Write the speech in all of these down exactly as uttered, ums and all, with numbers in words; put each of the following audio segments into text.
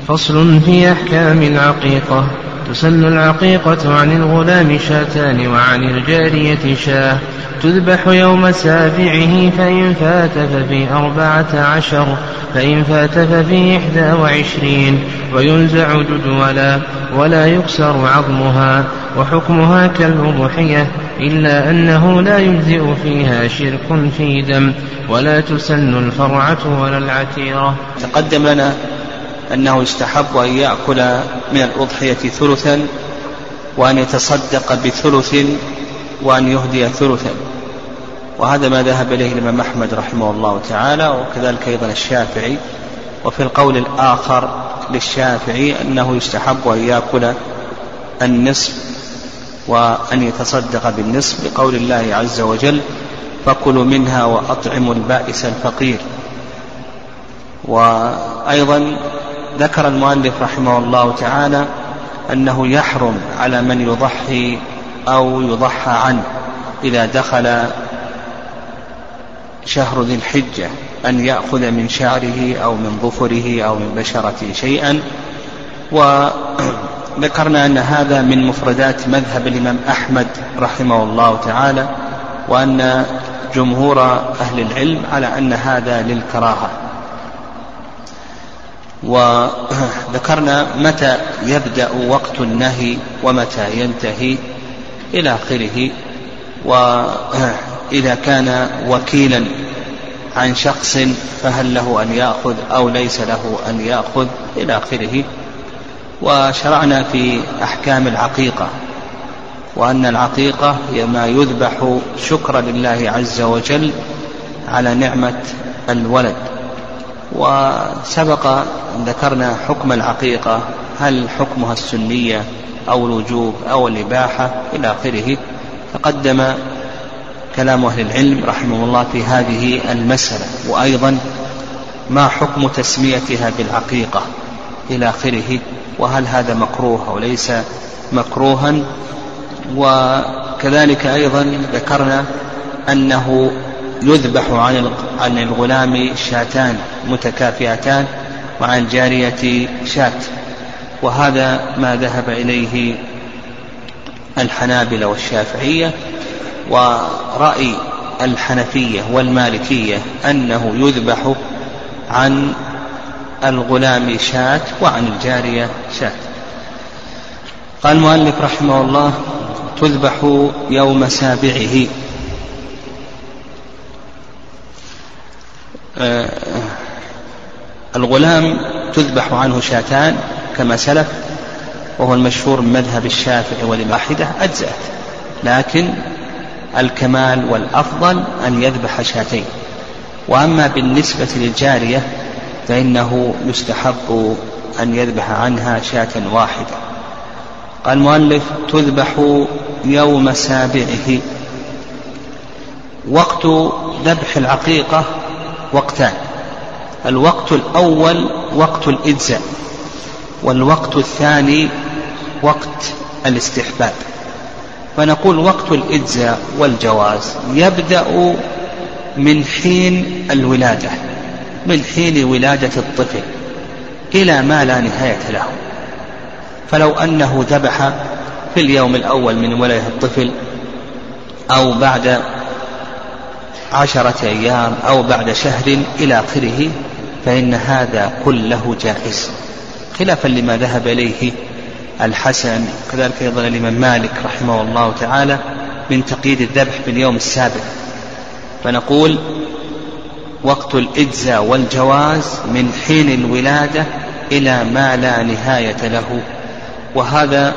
فصل في أحكام العقيقة. تسن العقيقة عن الغلام شاتان وعن الجارية شاه، تذبح يوم سابعه فإن فات ففي أربعة عشر، فإن فات ففي إحدى وعشرين، وينزع جدولا ولا يكسر عظمها، وحكمها كالأضحية إلا أنه لا يجزئ فيها شرك في دم، ولا تسن الفرعة ولا العتيرة. تقدم لنا أنه يستحب أن يأكل من الأضحية ثلثا، وأن يتصدق بثلث، وأن يهدي ثلثا، وهذا ما ذهب إليه الإمام أحمد رحمه الله تعالى، وكذلك أيضا الشافعي. وفي القول الآخر للشافعي أنه يستحب أن يأكل النصف وأن يتصدق بالنصف، لقول الله عز وجل: فكلوا منها وأطعموا البائس الفقير. وأيضا ذكر المؤلف رحمه الله تعالى أنه يحرم على من يضحي أو يضحى عنه إذا دخل شهر ذي الحجة أن يأخذ من شعره أو من ظفره أو من بشرته شيئا. وذكرنا أن هذا من مفردات مذهب الإمام أحمد رحمه الله تعالى، وأن جمهور أهل العلم على أن هذا للكراهة. وذكرنا متى يبدأ وقت النهي ومتى ينتهي إلى آخره، وإذا كان وكيلا عن شخص فهل له أن يأخذ أو ليس له أن يأخذ إلى آخره. وشرعنا في أحكام العقيقة، وأن العقيقة هي ما يذبح شكرا لله عز وجل على نعمة الولد. وسبق أن ذكرنا حكم العقيقة، هل حكمها السنية أو الوجوب أو الإباحة إلى آخره. تقدم كلام أهل العلم رحمه الله في هذه المسألة، وأيضا ما حكم تسميتها بالعقيقة إلى آخره، وهل هذا مكروه أو ليس مكروها. وكذلك أيضا ذكرنا أنه يذبح عن الغلام شاتان متكافئتان وعن الجارية شات، وهذا ما ذهب إليه الحنابلة والشافعية. ورأي الحنفية والمالكية أنه يذبح عن الغلام شات وعن الجارية شات. قال المؤلف رحمه الله: تذبح يوم سابعه. آه الغلام تذبح عنه شاتان كما سلف، وهو المشهور من مذهب الشافعي والواحدة أجزأت، لكن الكمال والأفضل أن يذبح شاتين. وأما بالنسبة للجارية فإنه يستحب أن يذبح عنها شاة واحدة. قال المؤلف: تذبح يوم سابعه. وقت ذبح العقيقة وقتان: الوقت الأول وقت الإجزاء، والوقت الثاني وقت الاستحباب. فنقول وقت الإجزاء والجواز يبدأ من حين الولادة، من حين ولادة الطفل إلى ما لا نهاية له. فلو أنه ذبح في اليوم الأول من ولادة الطفل، أو بعد عشرة أيام، أو بعد شهر إلى آخره، فإن هذا كله جائز، خلافا لما ذهب إليه الحسن كذلك أيضا الإمام مالك رحمه الله تعالى من تقييد الذبح باليوم السابع. فنقول وقت الإجزاء والجواز من حين الولادة إلى ما لا نهاية له، وهذا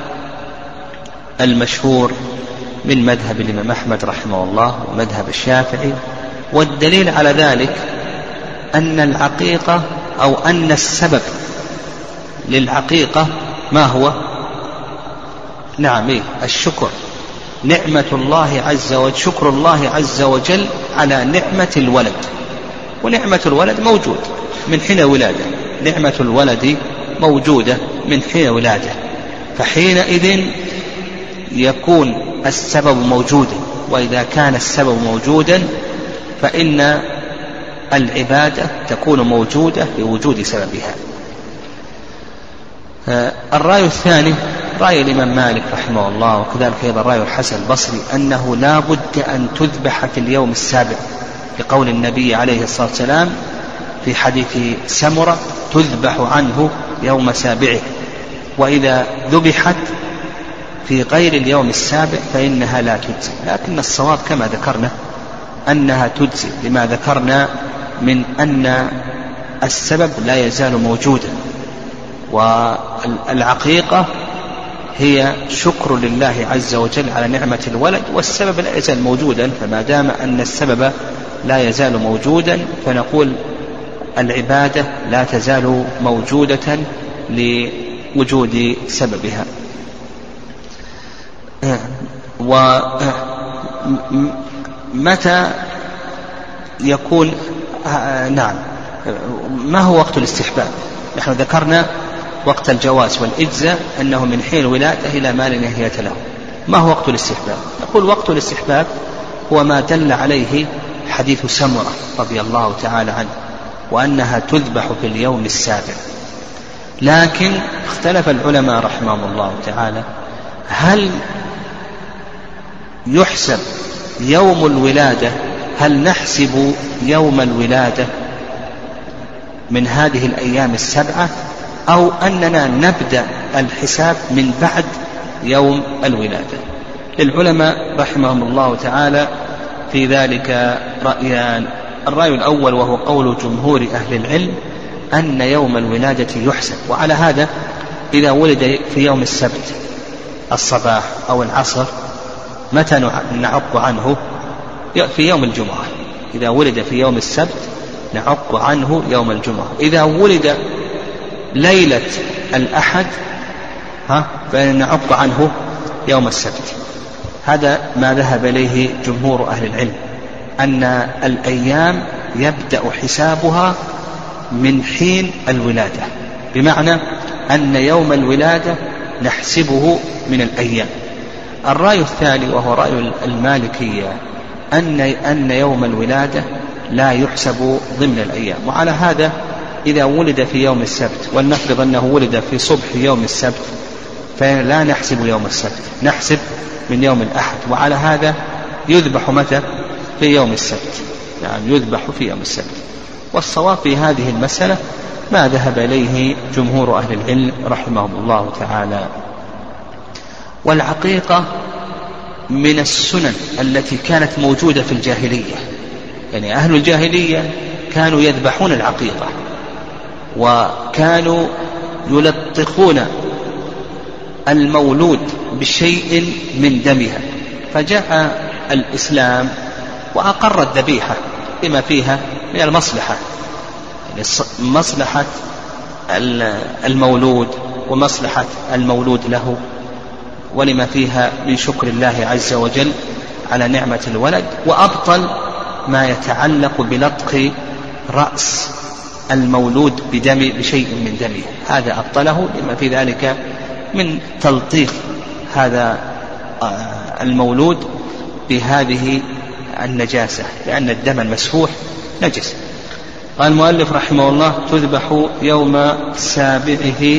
المشهور من مذهب الإمام أحمد رحمه الله ومذهب الشافعي. والدليل على ذلك أن العقيقة أو أن السبب للعقيقة ما هو؟ نعم إيه؟ الشكر، نعمة الله عز وجل، شكر الله عز وجل على نعمة الولد. ونعمة الولد موجود من حين ولادة، نعمة الولد موجودة من حين ولادة، فحينئذ يكون السبب موجودا. وإذا كان السبب موجودا فإن العبادة تكون موجودة لوجود سببها. الرأي الثاني رأي الإمام مالك رحمه الله، وكذلك أيضا رأي الحسن البصري، أنه لا بد أن تذبح في اليوم السابع، لقول النبي عليه الصلاة والسلام في حديث سمرة: تذبح عنه يوم سابعه، وإذا ذبحت في غير اليوم السابع فإنها لا تجزي. لكن الصواب كما ذكرنا أنها تجزي، لما ذكرنا من أن السبب لا يزال موجودا، والعقيقة هي شكر لله عز وجل على نعمة الولد، والسبب لا يزال موجودا، فما دام أن السبب لا يزال موجودا فنقول العبادة لا تزال موجودة لوجود سببها. ومتى يكون نعم ما هو وقت الاستحباب؟ نحن ذكرنا وقت الجواز والإجزاء أنه من حين الولادة إلى ما لا نهاية له. ما هو وقت الاستحباب؟ نقول وقت الاستحباب هو ما دل عليه حديث سمرة رضي الله تعالى عنه، وأنها تذبح في اليوم السابع. لكن اختلف العلماء رحمهم الله تعالى، هل يحسب يوم الولادة، هل نحسب يوم الولادة من هذه الأيام السبعة، أو أننا نبدأ الحساب من بعد يوم الولادة؟ للعلماء رحمهم الله تعالى في ذلك رأيان. الرأي الأول وهو قول جمهور أهل العلم أن يوم الولادة يحسب، وعلى هذا إذا ولد في يوم السبت الصباح أو العصر متى نعق عنه؟ في يوم الجمعة. إذا ولد في يوم السبت نعق عنه يوم الجمعة. إذا ولد ليلة الأحد ها فنعق عنه يوم السبت. هذا ما ذهب إليه جمهور أهل العلم، أن الأيام يبدأ حسابها من حين الولادة، بمعنى أن يوم الولادة نحسبه من الأيام. الرأي الثاني وهو رأي المالكية أن أن يوم الولادة لا يحسب ضمن الأيام، وعلى هذا إذا ولد في يوم السبت، ولنفرض أنه ولد في صبح يوم السبت، فلا نحسب يوم السبت، نحسب من يوم الأحد، وعلى هذا يذبح متى؟ في يوم السبت، يعني يذبح في يوم السبت. والصواب في هذه المسألة ما ذهب إليه جمهور أهل العلم رحمهم الله تعالى. والعقيقة من السنن التي كانت موجودة في الجاهلية، يعني أهل الجاهلية كانوا يذبحون العقيقة، وكانوا يلطخون المولود بشيء من دمها، فجاء الإسلام وأقر الذبيحة لما فيها من المصلحة، يعني مصلحة المولود ومصلحة المولود له، ولما فيها من شكر الله عز وجل على نعمة الولد، وأبطل ما يتعلق بلطخ رأس المولود بدم بشيء من دمه، هذا أبطله لما في ذلك من تلطيخ هذا المولود بهذه النجاسة، لأن الدم المسفوح نجس. قال المؤلف رحمه الله: تذبح يوم سابعه،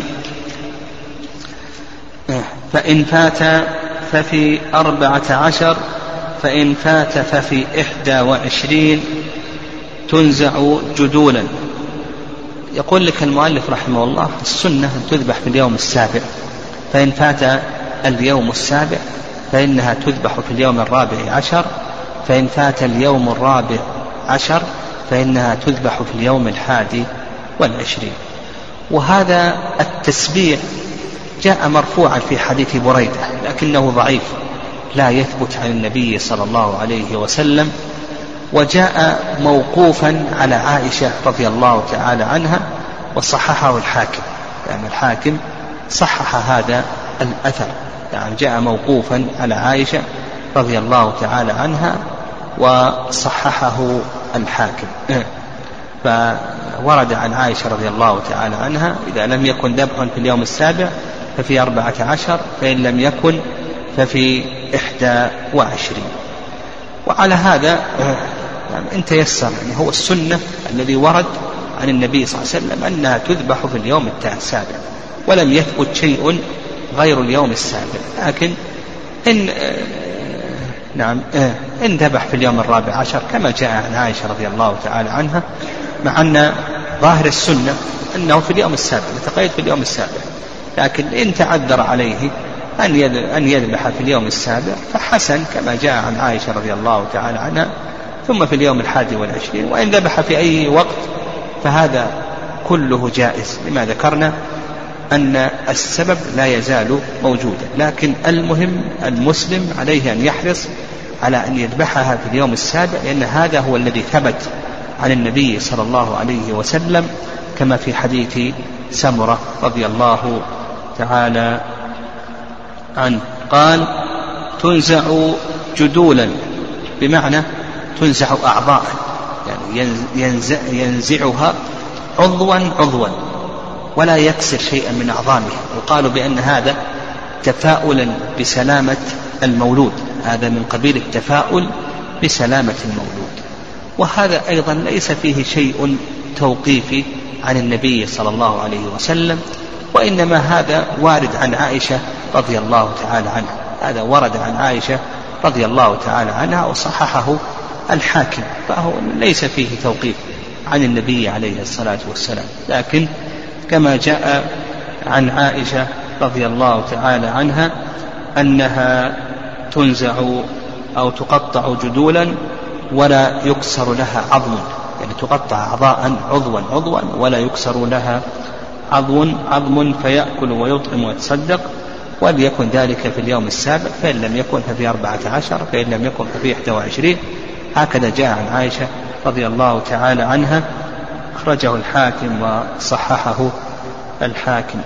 فإن فات ففي أربعة عشر، فإن فات ففي إحدى وعشرين، تنزع جدولا. يقول لك المؤلف رحمه الله: السنة أن تذبح في اليوم السابع، فإن فات اليوم السابع فإنها تذبح في اليوم الرابع عشر، فإن فات اليوم الرابع عشر فإنها تذبح في اليوم الحادي والعشرين. وهذا التسبيع جاء مرفوعا في حديث بريدة، لكنه ضعيف لا يثبت عن النبي صلى الله عليه وسلم، وجاء موقوفا على عائشة رضي الله تعالى عنها، وصححه الحاكم، يعني الحاكم صحح هذا الأثر، يعني جاء موقوفا على عائشة رضي الله تعالى عنها وصححه الحاكم. فورد عن عائشة رضي الله تعالى عنها: إذا لم يكن ذبح في اليوم السابع ففي أربعة عشر، فإن لم يكن ففي إحدى وعشرين. وعلى هذا يعني إن تيسر، يعني هو السنة الذي ورد عن النبي صلى الله عليه وسلم أنها تذبح في اليوم السابع، ولم يثبت شيء غير اليوم السابع. لكن إن نعم إن ذبح في اليوم الرابع عشر كما جاء عن عائشة رضي الله تعالى عنها، مع أن ظاهر السنة أنه في اليوم السابع، يتقيد في اليوم السابع، لكن إن تعذر عليه أن يذبح في اليوم السابع فحسن كما جاء عن عائشة رضي الله تعالى عنها، ثم في اليوم الحادي والعشرين. وإن ذبح في أي وقت فهذا كله جائز، لما ذكرنا أن السبب لا يزال موجودا. لكن المهم المسلم عليه أن يحرص على أن يذبحها في اليوم السابع، لأن هذا هو الذي ثبت عن النبي صلى الله عليه وسلم، كما في حديث سمرة رضي الله تعالى عنه قال: تنزع جدولا، بمعنى تنزع أعضاء، يعني ينزع ينزعها عضوا عضوا ولا يكسر شيئا من أعظامها. وقالوا بأن هذا تفاؤلا بسلامة المولود، هذا من قبيل التفاؤل بسلامة المولود. وهذا أيضا ليس فيه شيء توقيفي عن النبي صلى الله عليه وسلم، وإنما هذا وارد عن عائشة رضي الله تعالى عنها، هذا ورد عن عائشة رضي الله تعالى عنها وصححه الحاكم، فهو ليس فيه توقيف عن النبي عليه الصلاة والسلام. لكن كما جاء عن عائشة رضي الله تعالى عنها أنها تنزع أو تقطع جدولا ولا يكسر لها عظم، يعني تقطع أعضاء عضوا عضوا ولا يكسر لها عضو عظم، فيأكل ويطعم ويتصدق، وليكن ذلك في اليوم السابع، فإن لم يكن ففي أربعة عشر، فإن لم يكن ففي إحدى وعشرين. هكذا جاء عن عائشة رضي الله تعالى عنها، أخرجه الحاكم وصححه الحاكم.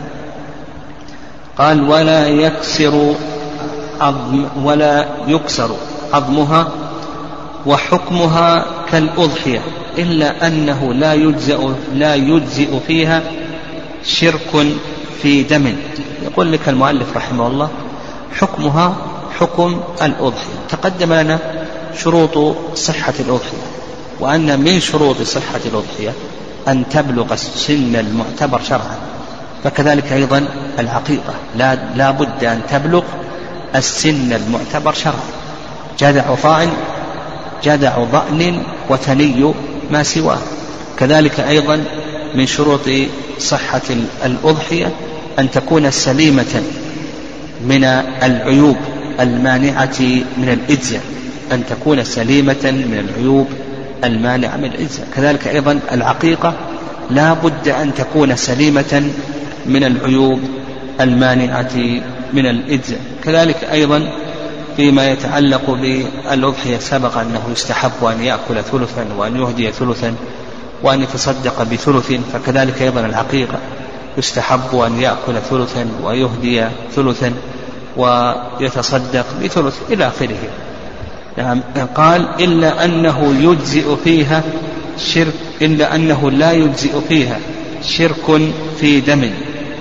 قال: ولا يكسر عظم ولا يكسر عظمها، وحكمها كالأضحية، إلا أنه لا يجزئ لا يجزئ فيها شرك في دم. يقول لك المؤلف رحمه الله: حكمها حكم الأضحية. تقدم لنا شروط صحة الأضحية، وأن من شروط صحة الأضحية أن تبلغ السن المعتبر شرعا، فكذلك أيضا العقيقة لا, لا بد أن تبلغ السن المعتبر شرعا، جذع ضأن جذع ضأن وتني ما سواه. كذلك أيضا من شروط صحة الأضحية أن تكون سليمة من العيوب المانعة من الإجزاء، أن تكون سليمة من العيوب المانعة من الإجزاء. كذلك أيضا العقيقة لا بد أن تكون سليمة من العيوب المانعة من الإجزاء. كذلك أيضا فيما يتعلق بالأضحية سبق أنه يستحب أن يأكل ثلثا وأن يهدي ثلثا وأن يتصدق بثلث، فكذلك أيضا العقيقة يستحب أن يأكل ثلثا ويهدي ثلثا ويتصدق بثلث إلى آخره. يعني قال: إلا أنه يجزئ فيها شرك إلا أنه لا يجزئ فيها شرك في دم.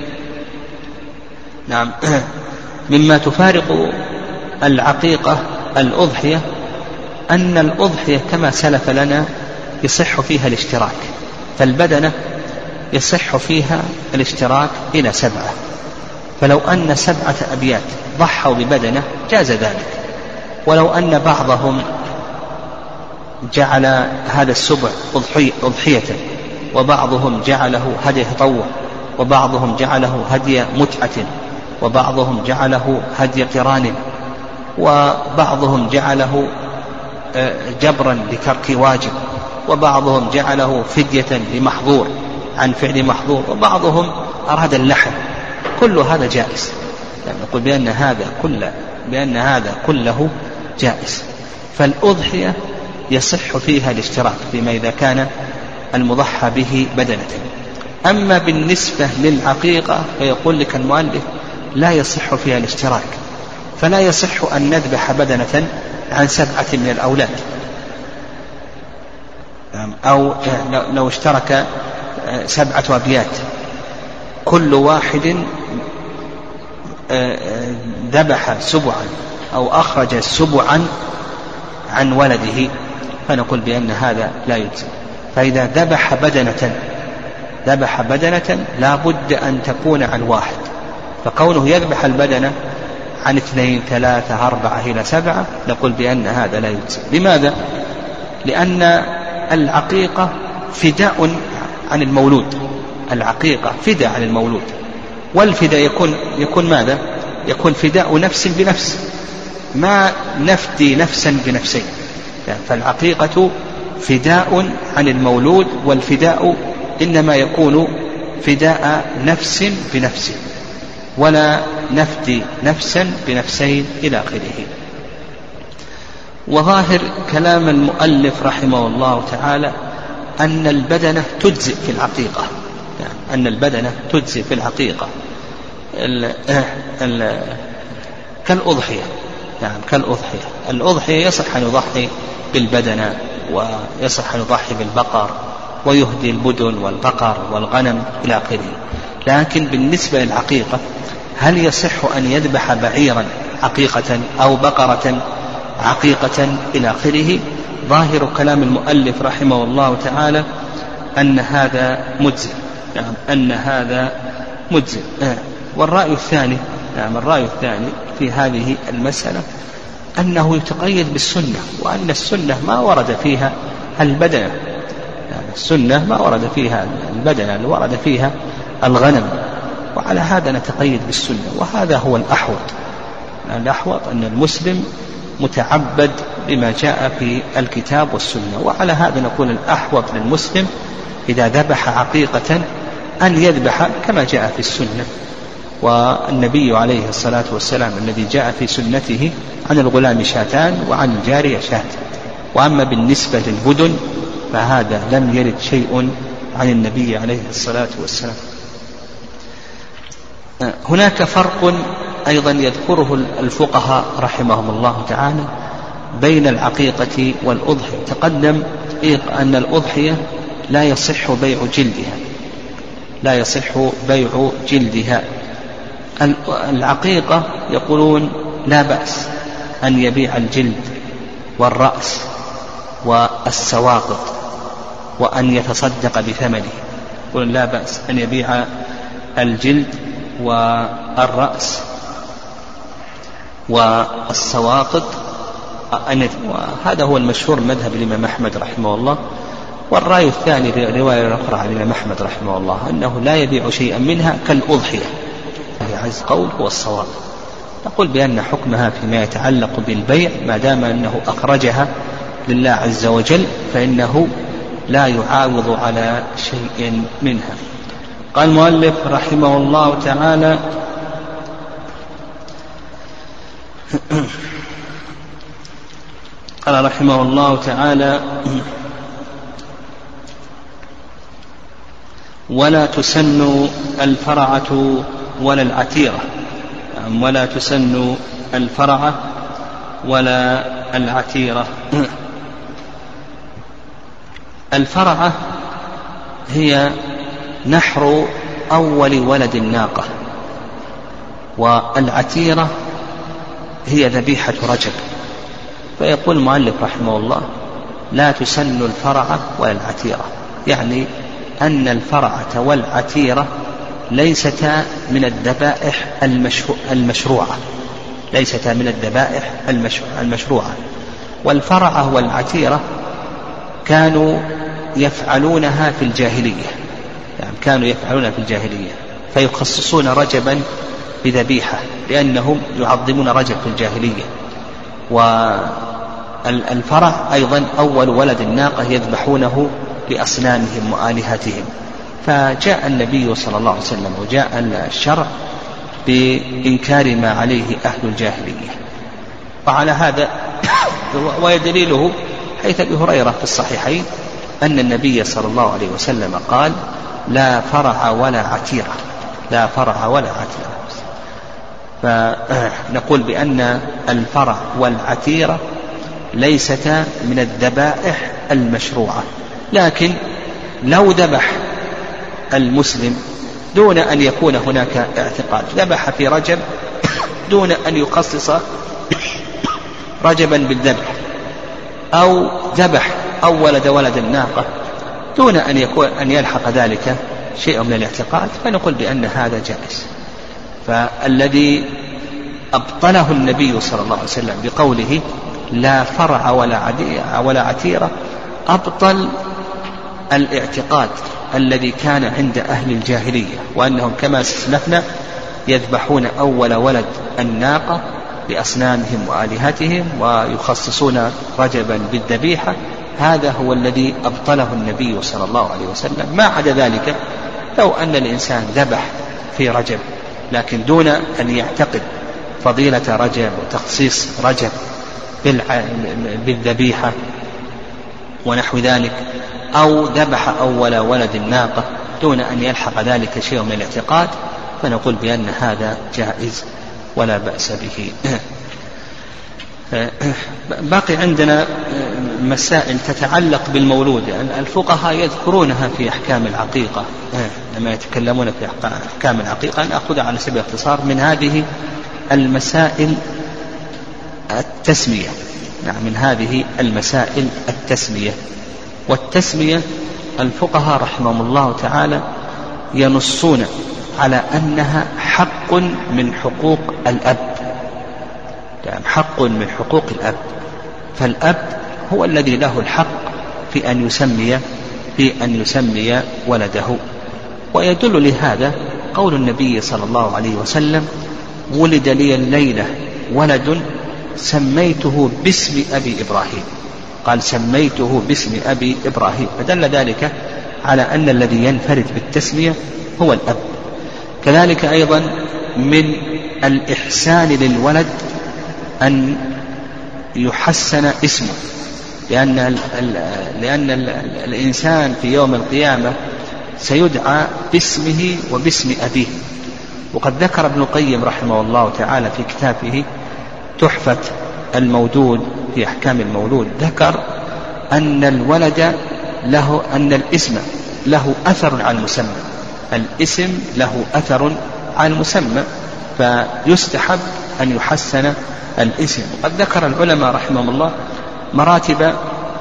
نعم. مما تفارق العقيقة الأضحية أن الأضحية كما سلف لنا يصح فيها الاشتراك، فالبدنة يصح فيها الاشتراك إلى سبعة، فلو أن سبعة أبيات ضحوا ببدنة جاز ذلك، ولو أن بعضهم جعل هذا السبع أضحية، وبعضهم جعله هدي تطوع، وبعضهم جعله هدي متعة، وبعضهم جعله هدي قران، وبعضهم جعله جبرا لترك واجب، وبعضهم جعله فدية لمحظور عن فعل محظور، وبعضهم أراد اللحم، كل هذا جائز. يعني نقول بأن هذا كله بأن هذا كله جائز. فالأضحية يصح فيها الاشتراك فيما إذا كان المضحى به بدنة. أما بالنسبة للعقيقة فيقول لك المؤلف: لا يصح فيها الاشتراك، فلا يصح أن نذبح بدنة عن سبعة من الأولاد، أو لو اشترك سبعة أبيات كل واحد ذبح سبعا أو أخرج سبعا عن ولده، فنقول بأن هذا لا يجزي. فإذا ذبح بدنة ذبح بدنة لا بد أن تكون عن واحد، فكونه يذبح البدنة عن اثنين ثلاثة أربعة إلى سبعة نقول بأن هذا لا يجزي. لماذا؟ لأن العقيقة فداء عن المولود، العقيقة فداء عن المولود، والفداء يكون يكون ماذا؟ يكون فداء نفس بنفس، ما نفدي نفسا بنفسين، فالعقيقة فداء عن المولود، والفداء إنما يكون فداء نفس بنفس، ولا نفدي نفسا بنفسين إلى آخره. وظاهر كلام المؤلف رحمه الله تعالى أن البدنة تجزئ في العقيقة، يعني أن البدنة تجزئ في العقيقة ال ال كالأضحية، يعني كالأضحية. الأضحية يصح أن يضحي بالبدنة، ويصح أن يضحي بالبقر، ويهدي البدن والبقر والغنم إلى آخره. لكن بالنسبة للعقيقة هل يصح أن يذبح بعيرا عقيقة أو بقرة عقيقة إلى آخره؟ ظاهر كلام المؤلف رحمه الله تعالى أن هذا مجزئ، يعني أن هذا مجزئ. والرأي الثاني، يعني الرأي الثاني في هذه المسألة أنه يتقيد بالسنة، وأن السنة ما ورد فيها البدنة، يعني السنة ما ورد فيها البدنة، اللي ورد فيها الغنم، وعلى هذا نتقيد بالسنة، وهذا هو الأحوط. الأحوط أن المسلم متعبد بما جاء في الكتاب والسنة، وعلى هذا نقول الأحوط للمسلم إذا ذبح عقيقة أن يذبح كما جاء في السنة. والنبي عليه الصلاة والسلام الذي جاء في سنته عن الغلام شاتان وعن الجارية شاة. وأما بالنسبة للبدن فهذا لم يرد شيء عن النبي عليه الصلاة والسلام. هناك فرق أيضا يذكره الفقهاء رحمهم الله تعالى بين العقيقة والأضحية. تقدم أن الأضحية لا يصح بيع جلدها، لا يصح بيع جلدها. العقيقة يقولون لا بأس أن يبيع الجلد والرأس والسواقط وأن يتصدق بثمنه، يقولون لا بأس أن يبيع الجلد والرأس والسواقط، وهذا هو المشهور مذهب الإمام أحمد رحمه الله. والرأي الثاني رواية أخرى عن الإمام أحمد رحمه الله أنه لا يبيع شيئا منها كالأضحية، عز قول هو الصواب. نقول بأن حكمها فيما يتعلق بالبيع ما دام أنه أخرجها لله عز وجل فإنه لا يعاوض على شيء منها. قال المؤلف رحمه الله تعالى: قال رحمه الله تعالى: ولا تسن الفرعة ولا العتيرة، ولا تسن الفرعة ولا العتيرة. الفرعة هي نحر أول ولد الناقة، والعتيرة هي ذبيحة رجب. فيقول المؤلف رحمه الله: لا تسن الفرعة ولا العتيرة، يعني أن الفرعة والعتيرة ليستا من الذبائح المشروعة، ليستا من الذبائح المشروعة. والفرعة والعتيرة كانوا يفعلونها في الجاهلية، يعني كانوا يفعلونها في الجاهلية فيخصصون رجبا بذبيحة لأنهم يعظمون رجب في الجاهلية. والفرع أيضا أول ولد الناقة يذبحونه لأصنامهم وآلهتهم. فجاء النبي صلى الله عليه وسلم وجاء الشرع بإنكار ما عليه أهل الجاهلية. وعلى هذا ويدليله حيث أبي هريرة في الصحيحين أن النبي صلى الله عليه وسلم قال: لا فرع ولا عتيرة، لا فرع ولا عتيرة. فنقول بأن الفرع والعتيرة ليستا من الذبائح المشروعة. لكن لو ذبح المسلم دون أن يكون هناك اعتقاد، ذبح في رجب دون أن يخصص رجبا بالذبح، أو ذبح أو ولد ولد الناقة دون أن يكون أن يلحق ذلك شيء من الاعتقاد فنقول بأن هذا جائز. فالذي أبطله النبي صلى الله عليه وسلم بقوله لا فرع ولا عتيرة أبطل الاعتقاد الذي كان عند أهل الجاهلية، وأنهم كما سلفنا يذبحون أول ولد الناقة لأصنامهم وآلهتهم ويخصصون رجبا بالذبيحة. هذا هو الذي أبطله النبي صلى الله عليه وسلم. ما عدا ذلك لو أن الإنسان ذبح في رجب لكن دون أن يعتقد فضيلة رجب وتخصيص رجب بالذبيحة ونحو ذلك، أو ذبح أول ولد الناقة دون أن يلحق ذلك شيء من الاعتقاد، فنقول بأن هذا جائز ولا بأس به. باقي عندنا مسائل تتعلق بالمولود، يعني الفقهاء يذكرونها في أحكام العقيقة لما يتكلمون في أحكام العقيقة. نأخذ على سبيل الاختصار من هذه المسائل التسمية. نعم، من هذه المسائل التسمية. والتسمية الفقهاء رحمهم الله تعالى ينصون على أنها حق من حقوق الأب، يعني حق من حقوق الأب، فالأب هو الذي له الحق في أن يسمي في أن يسمي ولده. ويدل لهذا قول النبي صلى الله عليه وسلم ولد لي الليلة ولد سميته باسم أبي إبراهيم، قال سميته باسم أبي إبراهيم، فدل ذلك على أن الذي ينفرد بالتسمية هو الأب. كذلك أيضا من الإحسان للولد أن يحسن اسمه، لأن, ال لأن ال الإنسان في يوم القيامة سيدعى باسمه وباسم أبيه. وقد ذكر ابن القيم رحمه الله تعالى في كتابه تحفة المودود في أحكام المولود، ذكر أن الولد له أن الاسم له أثر على المسمى، الاسم له أثر على المسمى، فيستحب أن يحسن الاسم. وقد ذكر العلماء رحمهم الله مراتب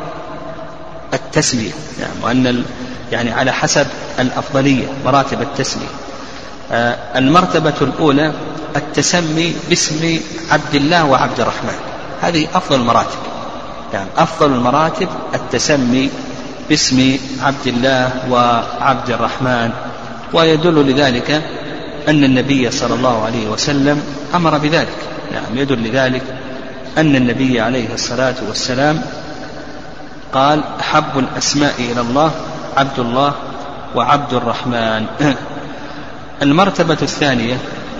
التسمية، يعني وأن يعني على حسب الأفضلية مراتب التسمية. آه المرتبة الأولى التسمي باسم عبد الله وعبد الرحمن، هذه أفضل المراتب، يعني أفضل المراتب التسمي باسم عبد الله وعبد الرحمن. ويدل لذلك أن النبي صلى الله عليه وسلم أمر بذلك. نعم، يدل لذلك أن النبي عليه الصلاة والسلام قال أحب الأسماء إلى الله عبد الله وعبد الرحمن. المرتبة الثانية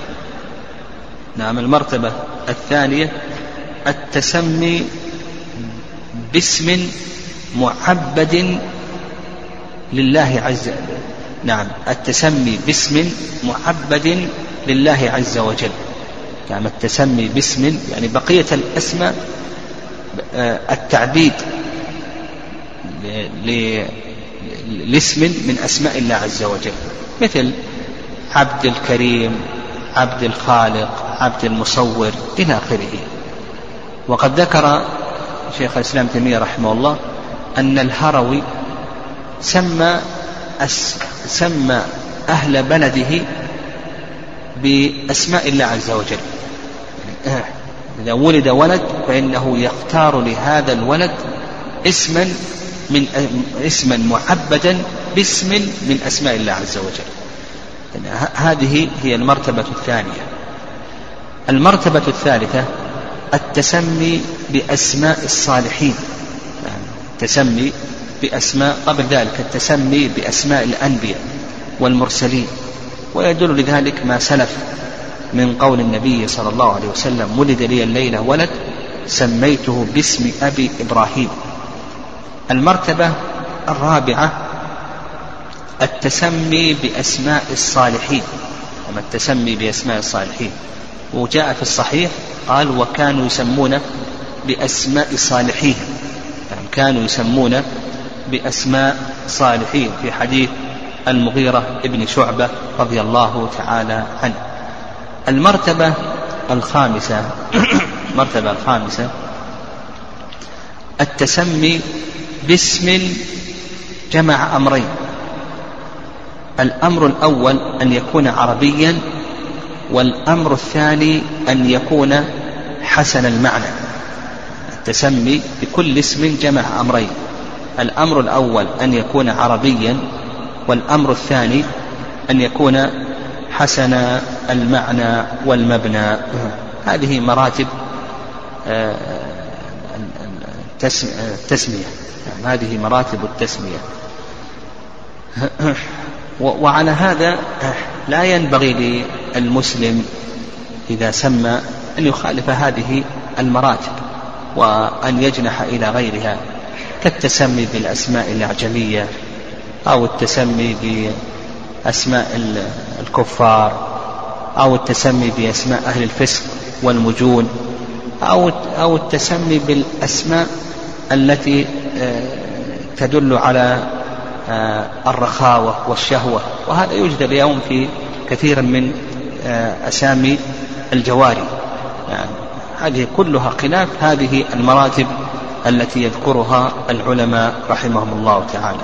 نعم المرتبة الثانية التسمي باسم معبد لله عز وجل. نعم، التسمي باسم معبد لله عز وجل. نعم، التسمي باسم يعني بقية الأسماء التعبيد لاسم من أسماء الله عز وجل، مثل عبد الكريم، عبد الخالق، عبد المصور إلى آخره. وقد ذكر شيخ الإسلام تيمية رحمه الله أن الهروي سمى سمى أهل بلده بأسماء الله عز وجل. إذا ولد ولد فإنه يختار لهذا الولد اسما من اسما معبدا باسم من أسماء الله عز وجل. هذه هي المرتبة الثانية. المرتبة الثالثة التسمي بأسماء الصالحين، التسمي بأسماء قبل ذلك التسمي بأسماء الأنبياء والمرسلين. ويدل لذلك ما سلف من قول النبي صلى الله عليه وسلم ولد لي الليلة ولد سميته باسم أبي إبراهيم. المرتبة الرابعة التسمي بأسماء الصالحين، وما التسمي بأسماء الصالحين، وجاء في الصحيح قال وكانوا يسمون بأسماء صالحين، يعني كانوا يسمون بأسماء صالحين في حديث المغيرة ابن شعبة رضي الله تعالى عنه. المرتبة الخامسة المرتبة الخامسة التسمي باسم جمع أمرين، الأمر الأول أن يكون عربيا، والأمر الثاني أن يكون حسن المعنى. التسمي بكل اسم جمع أمرين، الأمر الأول أن يكون عربيا، والأمر الثاني أن يكون حسن المعنى والمبنى. هذه مراتب التسمية، هذه مراتب التسمية. وعلى هذا لا ينبغي للمسلم إذا سمى أن يخالف هذه المراتب وأن يجنح إلى غيرها، كالتسمي بالأسماء الأعجمية، أو التسمي بأسماء الكفار، أو التسمي بأسماء أهل الفسق والمجون، أو أو التسمي بالأسماء التي تدل على الرخاوة والشهوة. وهذا يوجد اليوم في كثير من أسامي الجواري. يعني هذه كلها خلاف هذه المراتب التي يذكرها العلماء رحمهم الله تعالى.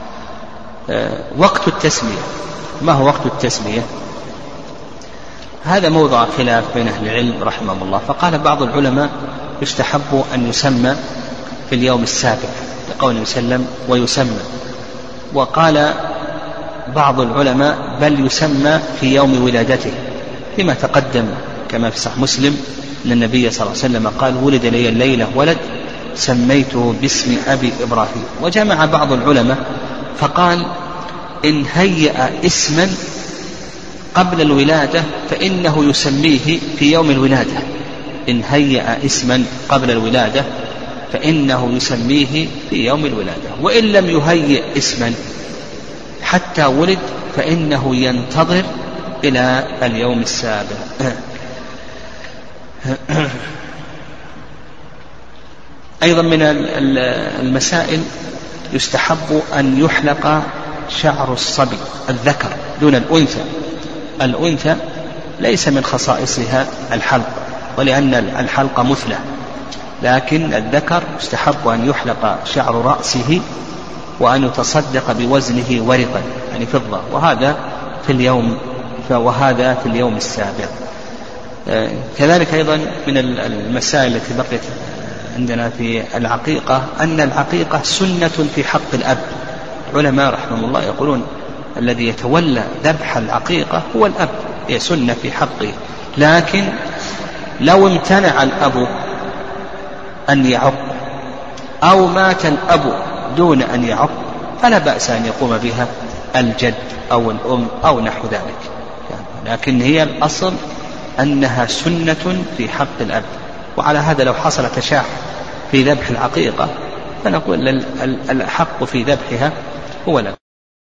وقت التسمية، ما هو وقت التسمية؟ هذا موضع خلاف بين أهل العلم رحمهم الله. فقال بعض العلماء يستحب أن يسمى في اليوم السابع لقول النبي صلى الله عليه وسلم ويسمى. وقال بعض العلماء بل يسمى في يوم ولادته، لما تقدم كما في صحيح مسلم أن النبي صلى الله عليه وسلم قال ولد لي الليلة ولد سميته باسم أبي إبراهيم. وجمع بعض العلماء فقال إن هيأ اسما قبل الولادة فإنه يسميه في يوم الولادة. إن هيأ اسما قبل الولادة فإنه يسميه في يوم الولادة، وإن لم يهيئ اسما حتى ولد فإنه ينتظر إلى اليوم السابع. أيضا من المسائل يستحب أن يحلق شعر الصبي الذكر دون الأنثى. الأنثى ليس من خصائصها الحلق، ولأن الحلق مثلى، لكن الذكر يستحب أن يحلق شعر رأسه وأن يتصدق بوزنه ورقا يعني فضة، وهذا في اليوم وهذا في اليوم السابع. كذلك أيضا من المسائل التي بقيت عندنا في العقيقة أن العقيقة سنة في حق الأب. العلماء رحمه الله يقولون الذي يتولى ذبح العقيقة هو الأب، هي سنة في حقه. لكن لو امتنع الأب أن يعق أو مات الأب دون أن يعق فلا بأس أن يقوم بها الجد أو الأم أو نحو ذلك، لكن هي الأصل أنها سنة في حق الأب. وعلى هذا لو حصل تشاح في ذبح العقيقة فنقول الحق في ذبحها هو الأب.